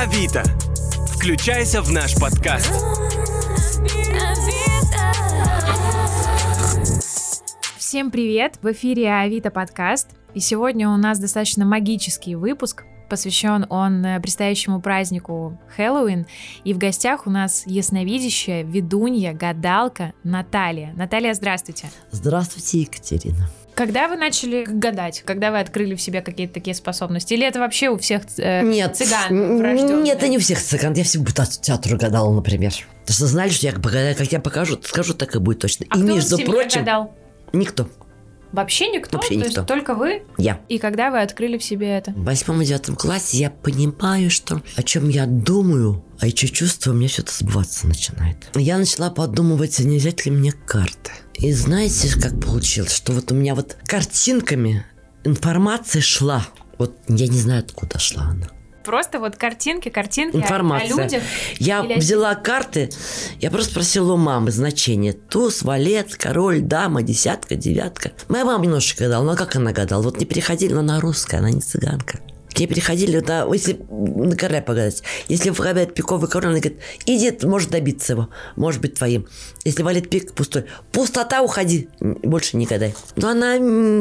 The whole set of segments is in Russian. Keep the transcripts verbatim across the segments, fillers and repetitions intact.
Авито. Включайся в наш подкаст. Всем привет! В эфире Авито подкаст. И сегодня у нас достаточно магический выпуск. Посвящен он предстоящему празднику Хэллоуин. И в гостях у нас ясновидящая, ведунья, гадалка Наталья. Наталья, здравствуйте. Здравствуйте, Екатерина. Когда вы начали гадать? Когда вы открыли в себе какие-то такие способности? Или это вообще у всех э, нет, цыган врожденное? Нет, это не у всех цыган. Я всегда по театру гадала, например. Потому что знали, что я, как я покажу, скажу, так и будет точно. А и, кто между в семье прочим, гадал? Никто. Вообще никто? Вообще То никто. есть только вы? Я. И когда вы открыли в себе это? В восьмом и девятом классе я понимаю, что о чем я думаю, а что чувствую, у меня все это сбываться начинает. Я начала подумывать, не взять ли мне карты. И знаете, как получилось, что вот у меня вот картинками информация шла. Вот я не знаю, откуда шла она. Просто вот картинки, картинки Информация. О, о людях? Я Или... взяла карты, я просто спросила у мамы значение. Туз, валет, король, дама, десятка, девятка. Моя мама немножко гадала, но как она гадала? Вот не переходили, но она русская, она не цыганка. К ней переходили, да, если на короля погадать. Если вгадает пиковый король, она говорит, иди, может добиться его, может быть твоим. Если валет пик пустой, пустота, уходи, больше не гадай. Но она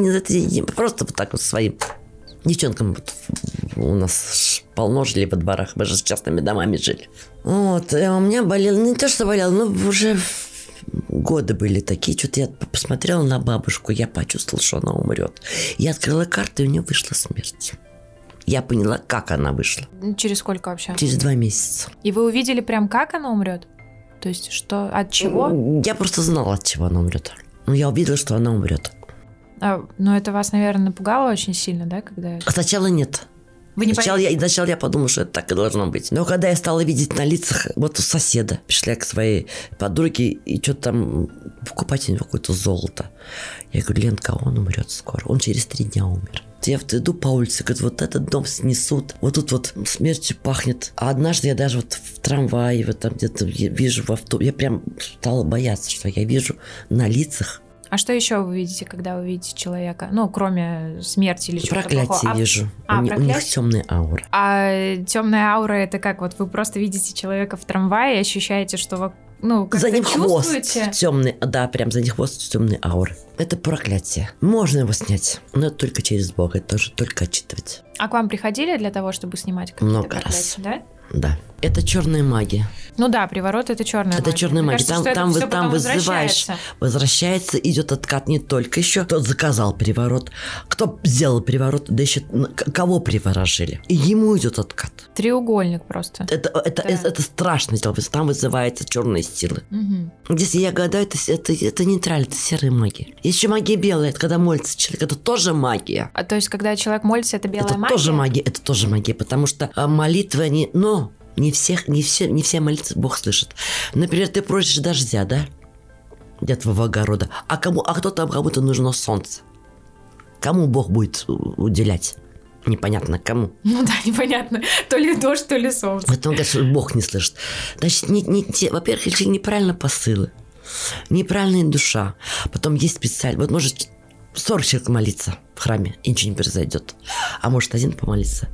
просто вот так вот своим девчонкам вот, у нас полно жили во дворах, мы же с частными домами жили. Вот, а у меня болело, не то, что болело, но уже годы были такие, что-то я посмотрела на бабушку, я почувствовала, что она умрет. Я открыла карту, и у нее вышла смерть. Я поняла, как она вышла. Через сколько вообще? Через два месяца. И вы увидели прям, как она умрет? То есть, что, от чего? Я просто знала, от чего она умрет. Но я увидела, что она умрет. А, ну, это вас, наверное, напугало очень сильно, да, когда... Сначала нет. Вы не сначала, я, сначала я подумала, что это так и должно быть. Но когда я стала видеть на лицах вот у соседа, пришла я к своей подруге и что-то там покупать у него какое-то золото. Я говорю, Ленка, он умрет скоро. Он через три дня умер. Я вот иду по улице, говорят, вот этот дом снесут, вот тут вот смертью пахнет. А однажды я даже вот в трамвае, вот там где-то вижу в авто, я прям стала бояться, что я вижу на лицах. А что еще вы видите, когда вы видите человека? Ну, кроме смерти или чего-то проклятие плохого? А... вижу. А, у, проклятие? у них темная аура. А темная аура это как? Вот вы просто видите человека в трамвае и ощущаете, что вы, ну, как-то за ним чувствуете? Хвост темный, да, прям за ним хвост темной ауры. Это проклятие. Можно его снять, но это только через Бога, это тоже только отчитывать. А к вам приходили для того, чтобы снимать какие-то Много проклятия, раз. Да? Да. Это черная магия. Ну да, приворот это черная это магия. черная Мне магия. кажется, Там, там, там вызываешь, возвращается. возвращается, идет откат не только еще, кто заказал приворот, кто сделал приворот, да еще кого приворожили. И ему идет откат. Треугольник просто. Это, это, да. это, это страшно. Там вызываются черные силы. Угу. Если я гадаю, это, это, это нейтрально, это серая магия. Есть еще магия белая, это когда молится человек, это тоже магия. А то есть, когда человек молится, это белая это магия? Тоже магия? Это тоже магия, потому что молитвы, они... Но не, всех, не, все, не все молитвы Бог слышит. Например, ты просишь дождя, да? Где твоего огорода. А, кому, а кто там, кому-то нужно солнце. Кому Бог будет уделять? Непонятно кому. Ну да, непонятно. То ли дождь, то ли солнце. Поэтому говорят, что Бог не слышит. Значит, не, не, те, во-первых, если неправильно посылы, неправильная душа. Потом есть специально... Вот может сорок человек молиться в храме, и ничего не произойдет. А может один помолиться.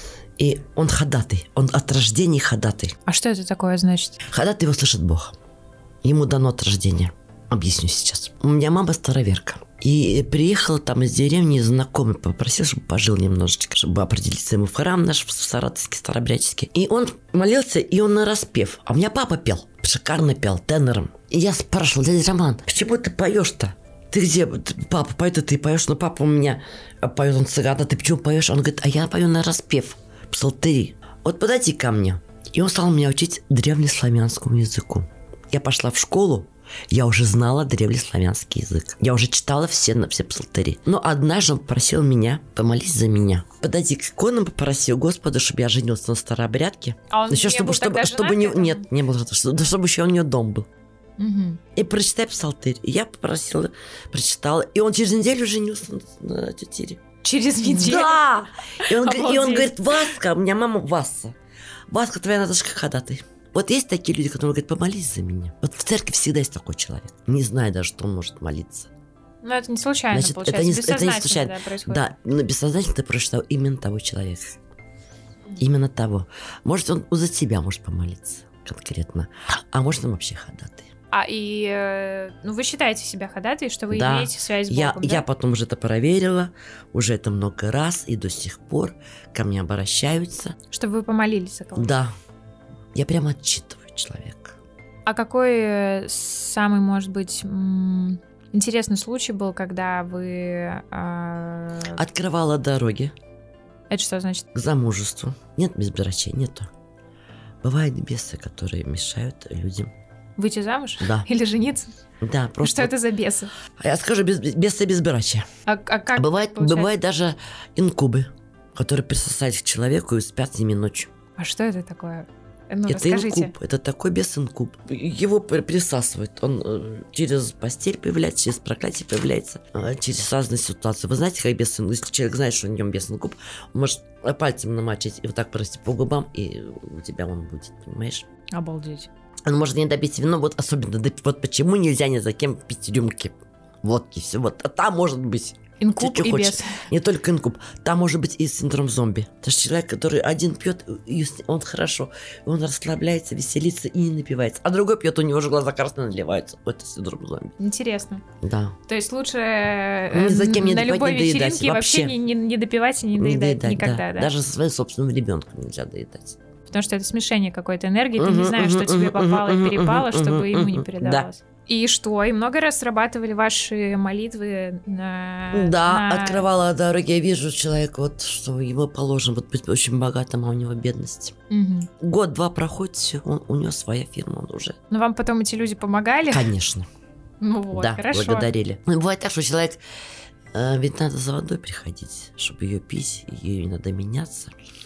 И он ходатай. Он от рождения ходатай. А что это такое значит? Ходатай его слышит Бог. Ему дано от рождения. Объясню сейчас. У меня мама староверка. И приехала там из деревни знакомый, попросил, чтобы пожил немножечко, чтобы определиться ему в храм наш, в Саратовский, Старобрядческий. И он молился, и он нараспев. А у меня папа пел, шикарно пел, тенором. И я спрашивала, дядя Роман, почему ты поешь-то? Ты где? Папа поет, и ты поешь. Но папа у меня поет, он цыган, а ты почему поешь? Он говорит, а я пою нараспев, псалтыри. Вот подойди ко мне. И он стал меня учить древнеславянскому языку. Я пошла в школу, я уже знала древнеславянский язык. Я уже читала все, все псалтыри. Но однажды он попросил меня помолись за меня. Подойди к иконам, попросил Господа, чтобы я женился на старообрядке. А он еще, не чтобы, был чтобы, тогда чтобы женат? не, нет, не было, чтобы, чтобы еще у нее дом был. Угу. И прочитай псалтырь. И я попросила, прочитала. И он через неделю женился на, на тете Тире. Через неделю? Да! И он, и он говорит, Обалдеть. Васка, у меня мама Васа. Васка, твоя Наташка ходатай. Вот есть такие люди, которые говорят, помолись за меня. Вот в церкви всегда есть такой человек. Не знаю даже, что он может молиться. Но это не случайно, Значит, получается. это не, это не Бессознательно случайно. тогда происходит. Да, но бессознательно ты прочитал именно того человека. Именно того. Может, он за тебя может помолиться конкретно, а может, он вообще ходатай. А и, э, ну, вы считаете себя ходатай, что вы Да. имеете связь с Я, Богом, да? я потом уже это проверила, уже это много раз, и до сих пор ко мне обращаются. Чтобы вы помолились за кого-то? Да, я прямо отчитываю человека. А какой э, самый, может быть, м, интересный случай был, когда вы... э, Открывала дороги Это что значит? к замужеству. Нет безбрачия, нету. Бывают бесы, которые мешают людям. Выйти замуж? Да. Или жениться? Да, просто... Что это за бесы? Я скажу, без, бесы безбрачия. А, а как Бывает, получается? бывает даже инкубы, которые присосались к человеку и спят с ними ночью. А что это такое? Ну, это расскажите. инкуб, это такой бес-инкуб. Его при- присасывают. Он э, через постель появляется, через проклятие появляется, э, через разные ситуации. Вы знаете, как бес, если человек знает, что у него бес-инкуб, он может пальцем намачать и вот так провести по губам, и у тебя он будет, понимаешь? Обалдеть. Он может не допить вино, вот особенно допить. Вот почему нельзя ни за кем пить рюмки водки, все. Вот а там может быть. Инкуб Ты чё и хочешь? бес. Не только инкуб. Там может быть и синдром зомби. Это же человек, который один пьет, и он хорошо, он расслабляется, веселится и не напивается. А другой пьет, у него же глаза красные наливаются. Это синдром зомби. Интересно. Да. То есть лучше э, Ни за кем не на допивать, любой не доедать. вечеринке вообще, Вообще. не, не, не допивать и не Не доедать, доедать, никогда, да? Даже со своим собственным ребенком нельзя доедать. Потому что это смешение какой-то энергии, ты не Мгм, знаешь, мгм, что тебе мгм, попало и мгм, перепало, мгм, чтобы ему не мгм, передавалось. И что? И много раз срабатывали ваши молитвы на... Да, на- открывала дороги. Я вижу человека, вот, что ему положено вот, быть очень богатым, а у него бедность. Мгм. Год-два проходит, все, он, у него своя фирма, он уже. Но вам потом эти люди помогали? Конечно. Ну вот, Да, хорошо. благодарили. Ну, бывает так, что человек, э, ведь надо за водой приходить, чтобы ее пить, ей надо меняться.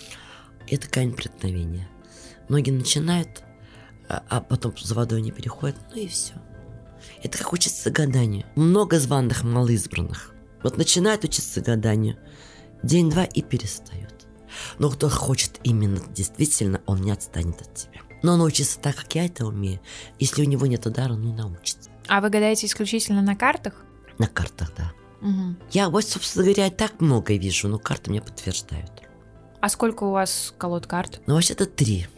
Это камень преткновения. Многие начинают, а, а потом за водой не переходят, ну и все. Это как учиться гаданию. Много званых малоизбранных. Вот начинают учиться гаданию, день-два и перестают. Но кто хочет именно действительно, он не отстанет от тебя. Но он учится так, как я это умею. Если у него нет дара, он не научится. А вы гадаете исключительно на картах? На картах, да. Мгм. Я вот, собственно говоря, так много вижу, но карты мне подтверждают. А сколько у вас колод карт? Ну, вообще-то три.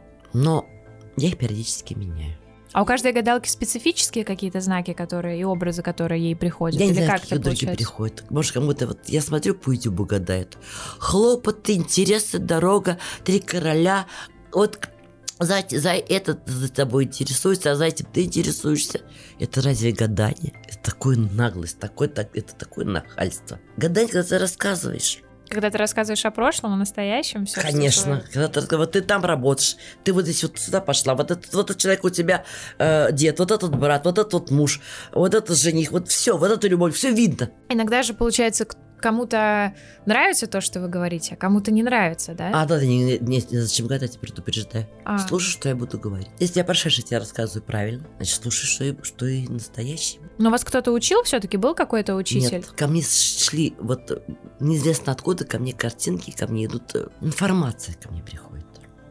Но я их периодически меняю. А у каждой гадалки специфические какие-то знаки, которые и образы, которые ей приходят? Я не Или знаю, как какие это другие получается? приходят. Может, кому-то вот... Я смотрю, по ютубу гадают. Хлопоты, интересы, дорога, три короля. Вот за, за этот за тобой интересуется, а за этим ты интересуешься. Это разве гадание? Это такая наглость, такое, так, это такое нахальство. Гадание, когда ты рассказываешь. Когда ты рассказываешь о прошлом, о настоящем, все. Конечно. Когда ты, вот ты там работаешь, ты вот здесь вот сюда пошла, вот этот, вот этот человек у тебя э, дед, вот этот брат, вот этот вот муж, вот этот жених, вот все, вот эту любовь, все видно. Иногда же, получается, к- кому-то нравится то, что вы говорите, а кому-то не нравится, да? А, да, не, не, не, зачем гадать, я предупреждаю. А. Слушай, что я буду говорить. Если я прошедший тебе рассказываю правильно, значит, слушай, что и, что и настоящий. Но вас кто-то учил все-таки? Был какой-то учитель? Нет, ко мне шли, вот э, неизвестно откуда, ко мне картинки, ко мне идут, э, информация ко мне приходит.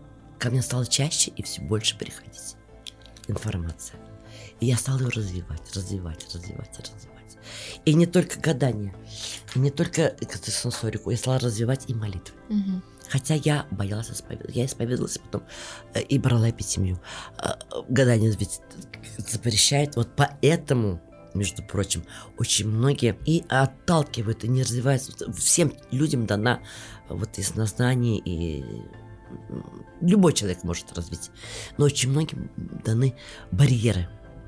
Ко мне стало чаще и все больше приходить информация. И я стал ее развивать, развивать, развивать, развивать. И не только гадание, и не только экстрасенсорику, я стала развивать и молитвы. Мгм. Хотя я боялась исповедоваться. Я исповедовалась потом э, и брала эпитемию. Э, гадание ведь запрещает. Вот поэтому, между прочим, очень многие и отталкивают, и не развиваются. Вот всем людям дана вот яснознание, и м, любой человек может развить. Но очень многим даны барьеры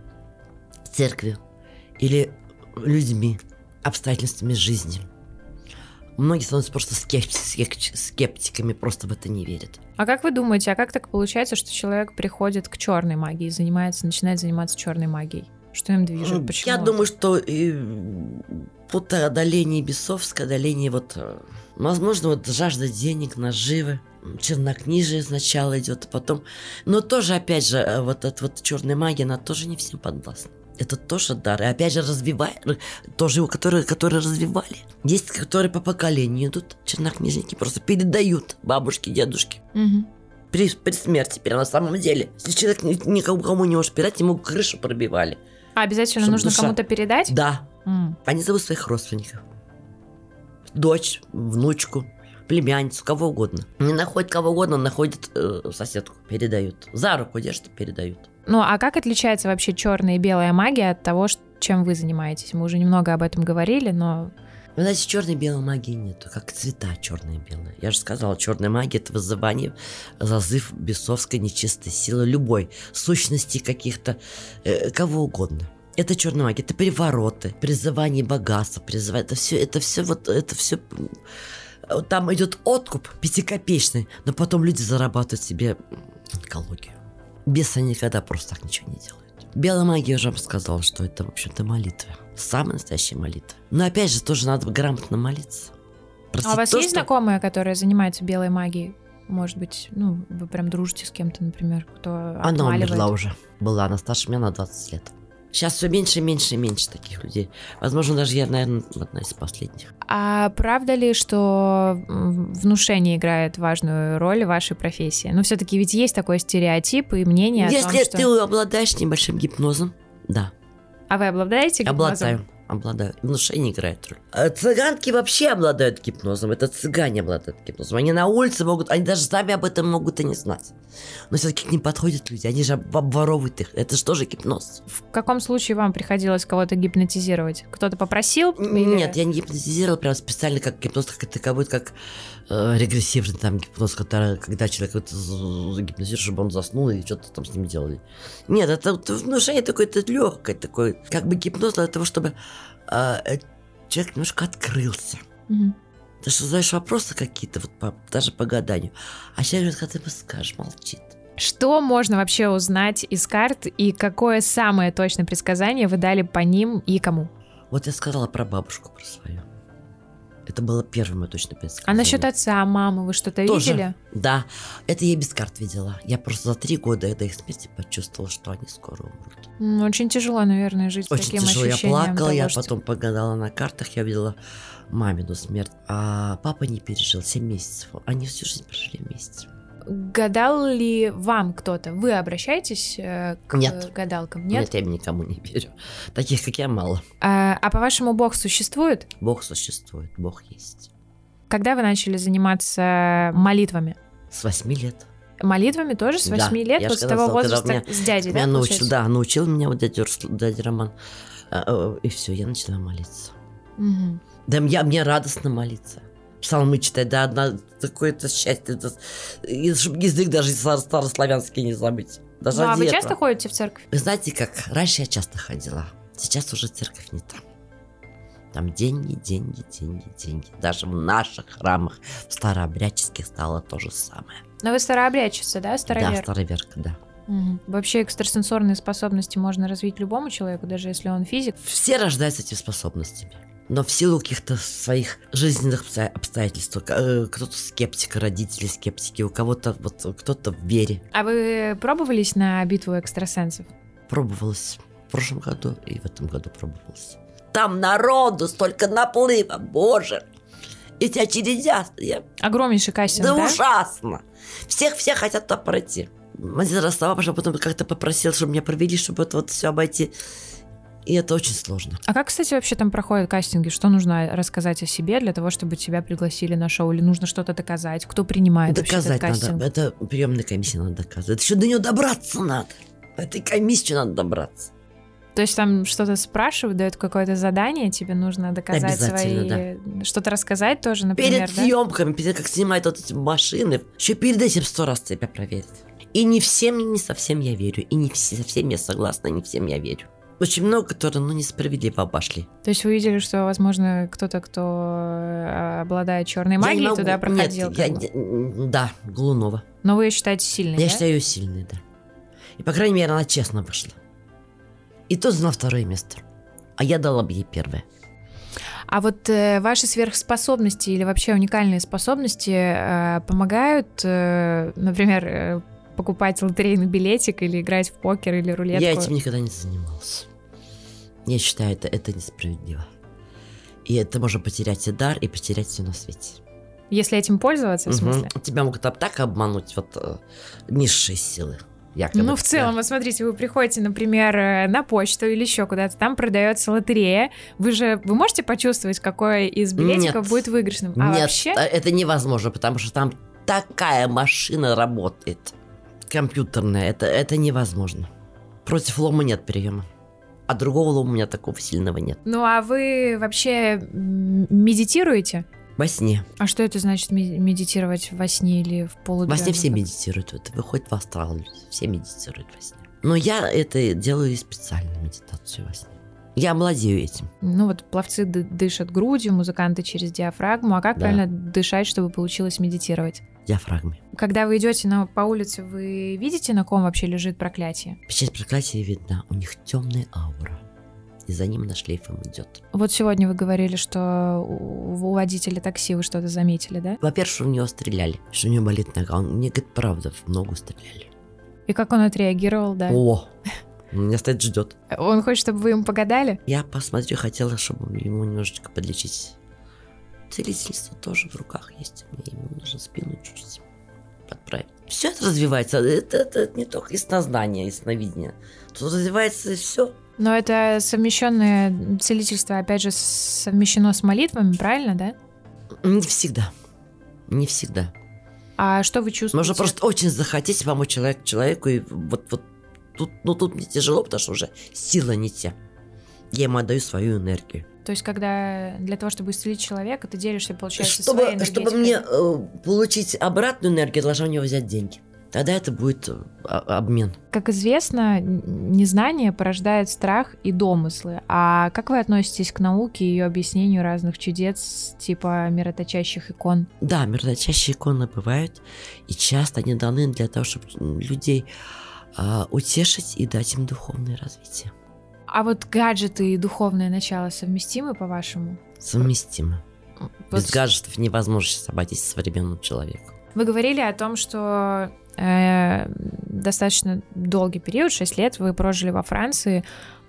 церкви или людьми, обстоятельствами жизни. Многие становятся просто скепти- скеп- скептиками, просто в это не верят. А как вы думаете, а как так получается, что человек приходит к черной магии, занимается, начинает заниматься черной магией? Что им движет? Почему? Я думаю, что и вот одоление бесов, одоление вот, э, возможно, вот жажда денег, наживы, чернокнижие сначала идет, а потом, но тоже, опять же, э, вот эта вот черная магия, она тоже не всем подвластна. Это тоже дар. И опять же, развивая, тоже, которые, которые развивали. Есть, которые по поколению идут, чернокнижники, просто передают бабушке, дедушке. Мгм. При, при смерти, прямо на самом деле. Если человек ни- никому кому не может передать, ему крышу пробивали. А обязательно Чтоб нужно душа- кому-то передать? Да, М. они зовут своих родственников. Дочь, внучку, племянницу, кого угодно. Не находит кого угодно, находит э, соседку, передают. За руку держат, передают. Ну, а как отличается вообще черная и белая магия от того, чем вы занимаетесь? Мы уже немного об этом говорили, но... Вы знаете, черной и белой магии нету, как цвета черная и белая. Я же сказала, черная магия — это вызывание, зазыв бесовской нечистой силы любой, сущности каких-то, э, кого угодно. Это черная магия, это перевороты, призывание богатства, призывание, это все, это все вот, это все... Там идет откуп пятикопеечный, но потом люди зарабатывают себе экологию. Бесы никогда просто так ничего не делают. Белая магия, я уже вам сказала, что это, в общем-то, молитва. Самая настоящая молитва. Но опять же, тоже надо грамотно молиться. Просить а у вас то, есть что... знакомые, которые занимаются белой магией? Может быть, ну, вы прям дружите с кем-то, например, кто отмаливает? Она умерла уже. Была она старше меня на двадцать лет. Сейчас все меньше и меньше и меньше таких людей. Возможно, даже я, наверное, одна из последних. А правда ли, что внушение играет важную роль в вашей профессии? Ну, все-таки ведь есть такой стереотип и мнение Если о том, что... что... Если ты обладаешь небольшим гипнозом, да. А вы обладаете гипнозом? Обладаю. Обладают. Внушение играет роль. А цыганки вообще обладают гипнозом. Это цыгане обладают гипнозом. Они на улице могут, они даже сами об этом могут и не знать. Но все-таки к ним подходят люди, они же обворовывают их. Это же тоже гипноз. В каком случае вам приходилось кого-то гипнотизировать? Кто-то попросил? Или... Нет, я не гипнотизировал прям специально как гипноз, как таковой, как э, регрессивный там гипноз, который, когда человек вот, загипнозирует, чтобы он заснул и что-то там с ним делали. Нет, это, это внушение такое-то легкое, такое, как бы гипноз для того, чтобы э, человек немножко открылся. Угу. Ты что задаешь вопросы какие-то, вот по, даже по гаданию, а человек, когда ты ему скажешь, молчит. Что можно вообще узнать из карт и какое самое точное предсказание вы дали по ним и кому? Вот я сказала про бабушку, про свою. Это было первое мое точное предсказание. А насчет отца, мамы вы что-то Тоже, видели? Да, это я без карт видела. Я просто за три года до их смерти почувствовала, что они скоро умрут. Очень тяжело, наверное, жить Очень с таким тяжело. ощущением. Я плакала, того, я что... потом погадала на картах, я видела мамину смерть. А папа не пережил семь месяцев. Они всю жизнь прожили вместе. Гадал ли вам кто-то? Вы обращаетесь э, к Нет. гадалкам? Нет? Нет, я никому не верю. Таких, как я, мало. А, а по-вашему, Бог существует? Бог существует, Бог есть. Когда вы начали заниматься молитвами? С восьми лет. Молитвами тоже с восьми да, лет? Вот с того сказала, возраста меня, с дядей, меня да, научил, да, научил меня вот дядя, дядя Роман. И все, я начала молиться. Угу. Да я, мне радостно молиться. Псалмы читать, да, одна, такое-то счастье. Это, и, чтобы язык даже старославянский не забыть. Даже ну, а вы это. часто ходите в церковь? Вы знаете как, раньше я часто ходила. Сейчас уже церковь не там. Там деньги, деньги, деньги, деньги. Даже в наших храмах, в старообрядческих стало то же самое. Но вы старообрядчица, да? Староверка? Да, староверка, да. Угу. Вообще экстрасенсорные способности можно развить любому человеку, даже если он физик? Все рождаются этими способностями. Но в силу каких-то своих жизненных обстоятельств. Кто-то скептик, родители скептики, у кого-то вот кто-то в вере. А вы пробовались на битву экстрасенсов? Пробовалась. В прошлом году и в этом году пробовалась. Там народу столько наплыва, боже. Эти очередя. Я... Огромнейший кастинг, да? Да ужасно. Всех, все хотят туда пройти. Мастер Ростова пошел, потом как-то попросил, чтобы меня провели, чтобы это вот все обойти. И это очень сложно. А как, кстати, вообще там проходят кастинги? Что нужно рассказать о себе для того, чтобы тебя пригласили на шоу? Или нужно что-то доказать? Кто принимает доказать вообще этот надо. кастинг? Это приемная комиссия надо доказывать. Еще до нее добраться надо. В этой комиссии надо добраться. То есть там что-то спрашивают, дают какое-то задание, тебе нужно доказать свои... Да. Что-то рассказать тоже, например, перед да? съемками, перед как снимают вот эти машины, еще перед этим сто раз тебя проверят. И не всем, не совсем я верю. И не все, совсем я согласна, не всем я верю. Очень много, которые, ну, несправедливо обошли. То есть вы видели, что, возможно, кто-то, кто обладает черной магией, могу... туда проходил? Нет, я не... Да, Глунова. Но вы ее считаете сильной, Я да? считаю ее сильной, да. И, по крайней мере, она честно вышла. И то заняла второе место. А я дала бы ей первое. А вот э, ваши сверхспособности или вообще уникальные способности э, помогают, э, например, э, покупать лотерейный билетик или играть в покер или рулетку? Я этим никогда не занимался. Я считаю, это, это несправедливо. И это можно потерять и дар, и потерять все на свете. Если этим пользоваться, в смысле? Угу. Тебя могут так обмануть вот э, низшие силы. Якобы. Ну, в целом, вот смотрите, вы приходите, например, на почту или еще куда-то, там продается лотерея. Вы же, вы можете почувствовать, какой из билетиков Нет. будет выигрышным? А Нет, вообще? это невозможно, потому что там такая машина работает, компьютерная, это, это невозможно. Против лома нет приема. А другого лома у меня такого сильного нет. Ну, а вы вообще м, медитируете? Во сне. А что это значит ми- медитировать во сне или в полудреме? Во сне все медитируют. Это выходит в астрал, люди. Все медитируют во сне. Но я это делаю специально, медитацию во сне. Я владею этим. Ну, вот пловцы д- дышат грудью, музыканты через диафрагму. А как Да. правильно дышать, чтобы получилось медитировать? Диафрагмой. Когда вы идете на, по улице, вы видите, на ком вообще лежит проклятие? Печать проклятия видна. У них темная аура. И за ним на шлейфом идет. Вот сегодня вы говорили, что у, у водителя такси вы что-то заметили, да? Во-первых, что в него стреляли. Что у него болит нога. Он мне говорит, правда, в ногу стреляли. И как он отреагировал, да? О! Он меня стоит, ждет. Он хочет, чтобы вы ему погадали? Я посмотрю, хотела, чтобы ему немножечко подлечить. Целительство тоже в руках есть. Мне ему нужно спину чуть-чуть подправить. Все это развивается. Это, это не только яснознание, ясновидение. Тут развивается все. Но это совмещенное целительство, опять же, совмещено с молитвами, правильно, да? Не всегда. Не всегда. А что вы чувствуете? Можно просто очень захотеть помочь человек, человеку, и вот, вот тут, ну, тут мне тяжело, потому что уже сила не те. Я ему отдаю свою энергию. То есть, когда для того, чтобы исцелить человека, ты делишься, получается, Чтобы, своей энергетикой. чтобы мне э, получить обратную энергию, я должна у него взять деньги. Тогда это будет э, обмен. Как известно, н- незнание порождает страх и домыслы. А как вы относитесь к науке и ее объяснению разных чудес, типа мироточащих икон? Да, мироточащие иконы бывают, и часто они даны для того, чтобы людей э, утешить и дать им духовное развитие. А вот гаджеты и духовное начало совместимы, по-вашему? Совместимо. Вот Без гаджетов невозможно сейчас обойтись современному человеку. Вы говорили о том, что э, достаточно долгий период, шесть лет, вы прожили во Франции,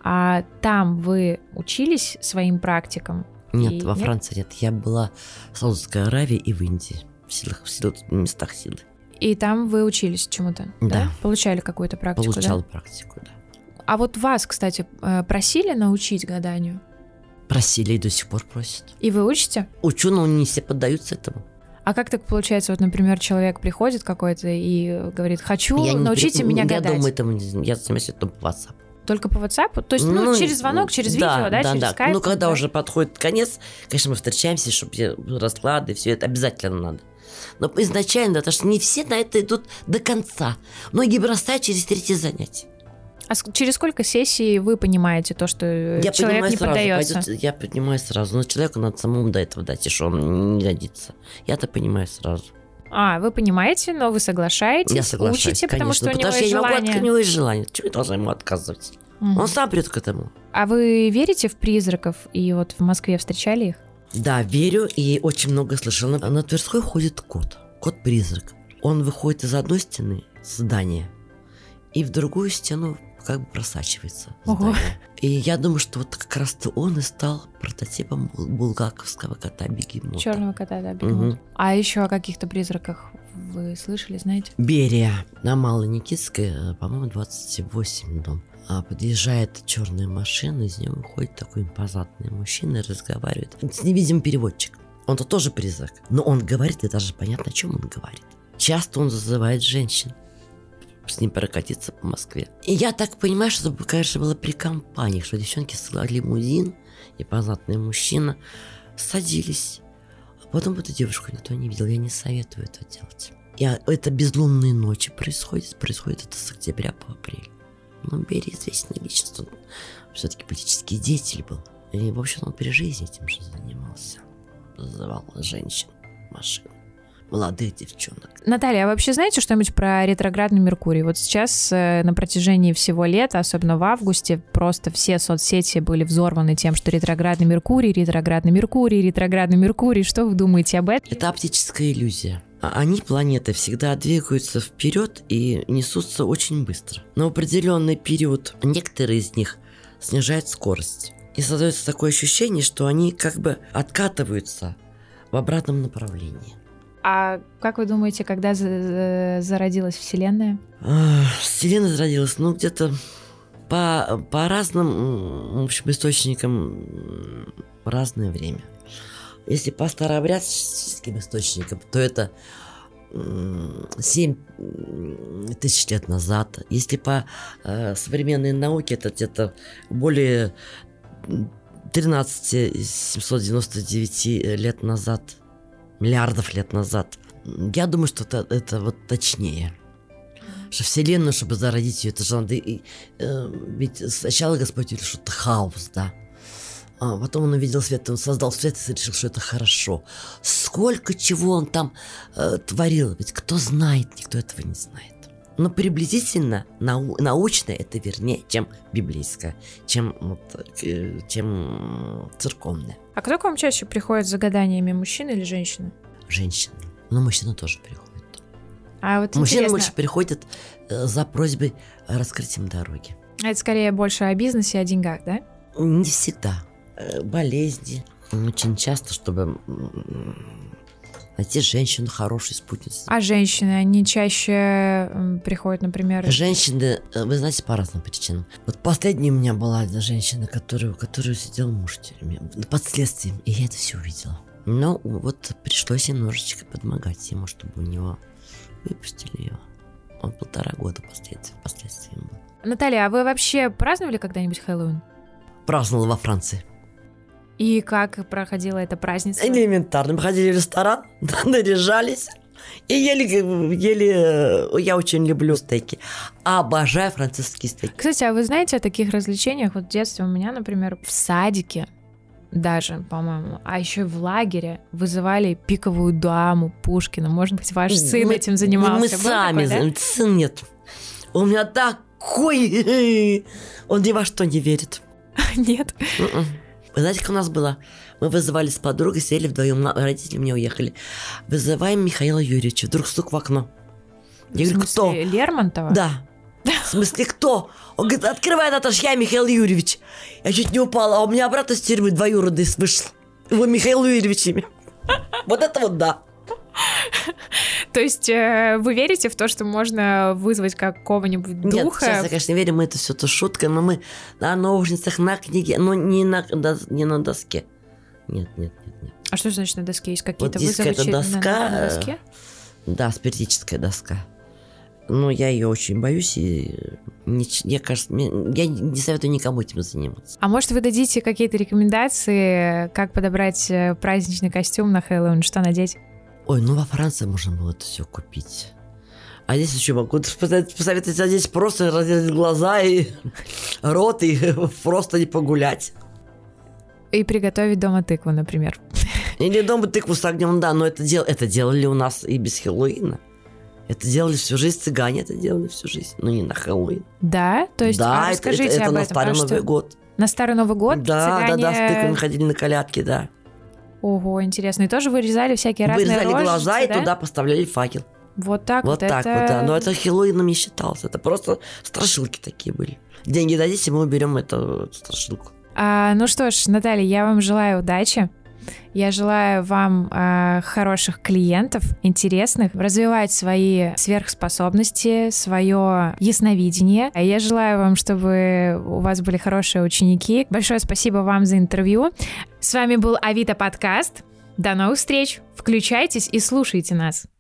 а там вы учились своим практикам? Нет, И во нет? Франции нет. Я была в Саудовской Аравии и в Индии. В, силах, в силах, местах силы. И там вы учились чему-то? Да. Получали какую-то практику, Получала да? практику, да. А вот вас, кстати, э, просили научить гаданию? Просили и до сих пор просят. И вы учите? Учу, но не все поддаются этому. А как так получается, вот, например, человек приходит какой-то и говорит, хочу, Я не научите при- меня я гадать. думаю, этому не- я занимаюсь этим по WhatsApp. Только по WhatsApp? То есть, ну, через звонок, через да, видео, да, да, через да. скайп? Ну, когда да? уже подходит конец, конечно, мы встречаемся, чтобы я- расклады, все это обязательно надо. Но изначально, потому что не все на это идут до конца. Многие бросают через третье занятие. А с- через сколько сессий вы понимаете то, что э, Я человек понимаю не сразу, поддается? пойдет- я понимаю сразу, но человеку надо самому до этого дать, и что он не годится. Я-то понимаю сразу. А, вы понимаете, но вы соглашаетесь, Я соглашаюсь, учите, потому конечно, что у него потому что есть я не могу, желание. от- у него есть желание. Чего я должна ему отказывать? Мгм. Он сам придет к этому. А вы верите в призраков? И вот в Москве встречали их? Да, верю и очень много слышал. На, на Тверской ходит кот. Кот-призрак. Он выходит из одной стены здания и в другую стену как бы просачивается. Ого. Здание. И я думаю, что вот как раз-то он и стал прототипом бул- булгаковского кота-бегемота. Черного кота, да, бегемот. Мгм. А еще о каких-то призраках вы слышали, знаете? Берия. На Малой Никитской, э, по-моему, двадцать восемь дом. А подъезжает черная машина, из нее выходит такой импозантный мужчина и разговаривает с невидимым переводчиком. Он-то тоже призрак, но он говорит, и даже понятно, о чем он говорит. Часто он зазывает женщин с ним прокатиться по Москве. И я так понимаю, что это, конечно, было при компании, что девчонки села лимузин, импозантный мужчина, садились. А потом эту девушку никто не видел, я не советую это делать. И это безлунные ночи происходит, происходит это с октября по апрель. Но Берия известная личность, он все-таки политический деятель был. И, в общем, он при жизни этим же занимался. Зазывал женщин, машин, молодых девчонок. Наталья, а вообще знаете что-нибудь про ретроградный Меркурий? Вот сейчас э, на протяжении всего лета, особенно в августе, просто все соцсети были взорваны тем, что ретроградный Меркурий, ретроградный Меркурий, ретроградный Меркурий. Что вы думаете об этом? Это оптическая иллюзия. А Они, планеты, всегда двигаются вперед и несутся очень быстро. На определенный период некоторые из них снижают скорость. И создается такое ощущение, что они как бы откатываются в обратном направлении. А как вы думаете, когда за- зародилась Вселенная? Вселенная зародилась, ну, где-то по, по разным, в общем, источникам разное время. Если по старообрядческим источникам, то это семь тысяч лет назад. Если по э, современной науке, это где-то более тринадцать тысяч семьсот девяносто девять лет назад, миллиардов лет назад. Я думаю, что это, это вот точнее. Что Вселенную, чтобы зародить ее, это же надо... И, э, ведь сначала Господь увидел, что это хаос, да. А потом он увидел свет, он создал свет и решил, что это хорошо. Сколько чего он там э, творил, ведь кто знает, никто этого не знает. Но приблизительно нау- научное это вернее, чем библейское, чем, вот, э, чем церковное. А кто к вам чаще приходит с загаданиями, мужчина или женщина? Женщина. Но мужчина тоже приходит. А вот Мужчина интересно, больше приходит э, за просьбой раскрытием дороги. это скорее больше о бизнесе, о деньгах, да? Не всегда. Э, болезни. Очень часто, чтобы м, найти женщину хорошей спутницей. А женщины, они чаще м, приходят, например... Женщины, э, вы знаете, по разным причинам. Вот последняя у меня была одна женщина, которую, которую сидел муж в тюрьме. Под следствием. И я это все увидела. Но вот пришлось немножечко подмогать ему, чтобы у него выпустили его. Он полтора года последствия, последствия был. Наталья, а вы вообще праздновали когда-нибудь Хэллоуин? Праздновала во Франции. И как проходило это празднество? Элементарно. Мы ходили в ресторан, наряжались и ели, ели... Я очень люблю стейки. Обожаю французские стейки. Кстати, а вы знаете о таких развлечениях? Вот в детстве у меня, например, в садике даже, по-моему, а еще в лагере вызывали пиковую даму Пушкина. Может быть, ваш сын мы, этим занимался? Мы Был сами, такой, да? сын нет. У меня такой... Он ни во что не верит. Нет. Вы знаете, как у нас было? Мы вызывали с подругой, сели вдвоем, родители мне уехали. Вызываем Михаила Юрьевича. Вдруг стук в окно. Я В говорю, кто? смысле, Лермонтова? Да. В смысле, кто? Он говорит, открывай, Наташа, я Михаил Юрьевич. Я чуть не упала, а у меня обратно с тюрьмы двоюродный вышел. Его Михаил Юрьевич имя. Вот это вот да. То есть э, вы верите в то, что можно вызвать какого-нибудь духа? Нет, сейчас я, конечно, верю, мы это все то шутка, но мы на ножницах, на книге, но не на, да, не на доске. Нет, нет, нет, нет. А что значит на доске? Есть какие-то Вот есть вызовы какая-то через- на- доска, на доске? Да, спиритическая доска. Но я ее очень боюсь, и не, я, кажется, мне- я не советую никому этим заниматься. А может, вы дадите какие-то рекомендации, как подобрать э, праздничный костюм на Хэллоуин, что надеть? Ой, ну во Франции можно было это все купить. А здесь еще могу посоветовать здесь просто разрезать глаза и рот, и просто не погулять. И приготовить дома тыкву, например. Или дома тыкву с огнем, да, но это, дел, это делали у нас и без Хэллоуина. Это делали всю жизнь, цыгане это делали всю жизнь, но не на Хэллоуин. Да? То есть, да, а это, расскажите это, это об на этом. Старый а Новый что? год. На Старый Новый год Да, цыгане... да, да, с тыквами ходили на колядки, да. Ого, интересно. И тоже вырезали всякие разные Вырезали рожицы, глаза и да? туда поставляли факел. Вот так Вот вот. так это... вот, да. Но это Хэллоуином не считалось. Это просто страшилки такие были. Деньги дадите, мы уберем эту страшилку. А, ну что ж, Наталья, я вам желаю удачи. Я желаю вам э, хороших клиентов, интересных, развивать свои сверхспособности, свое ясновидение. А я желаю вам, чтобы у вас были хорошие ученики. Большое спасибо вам за интервью. С вами был Авито подкаст. До новых встреч. Включайтесь и слушайте нас.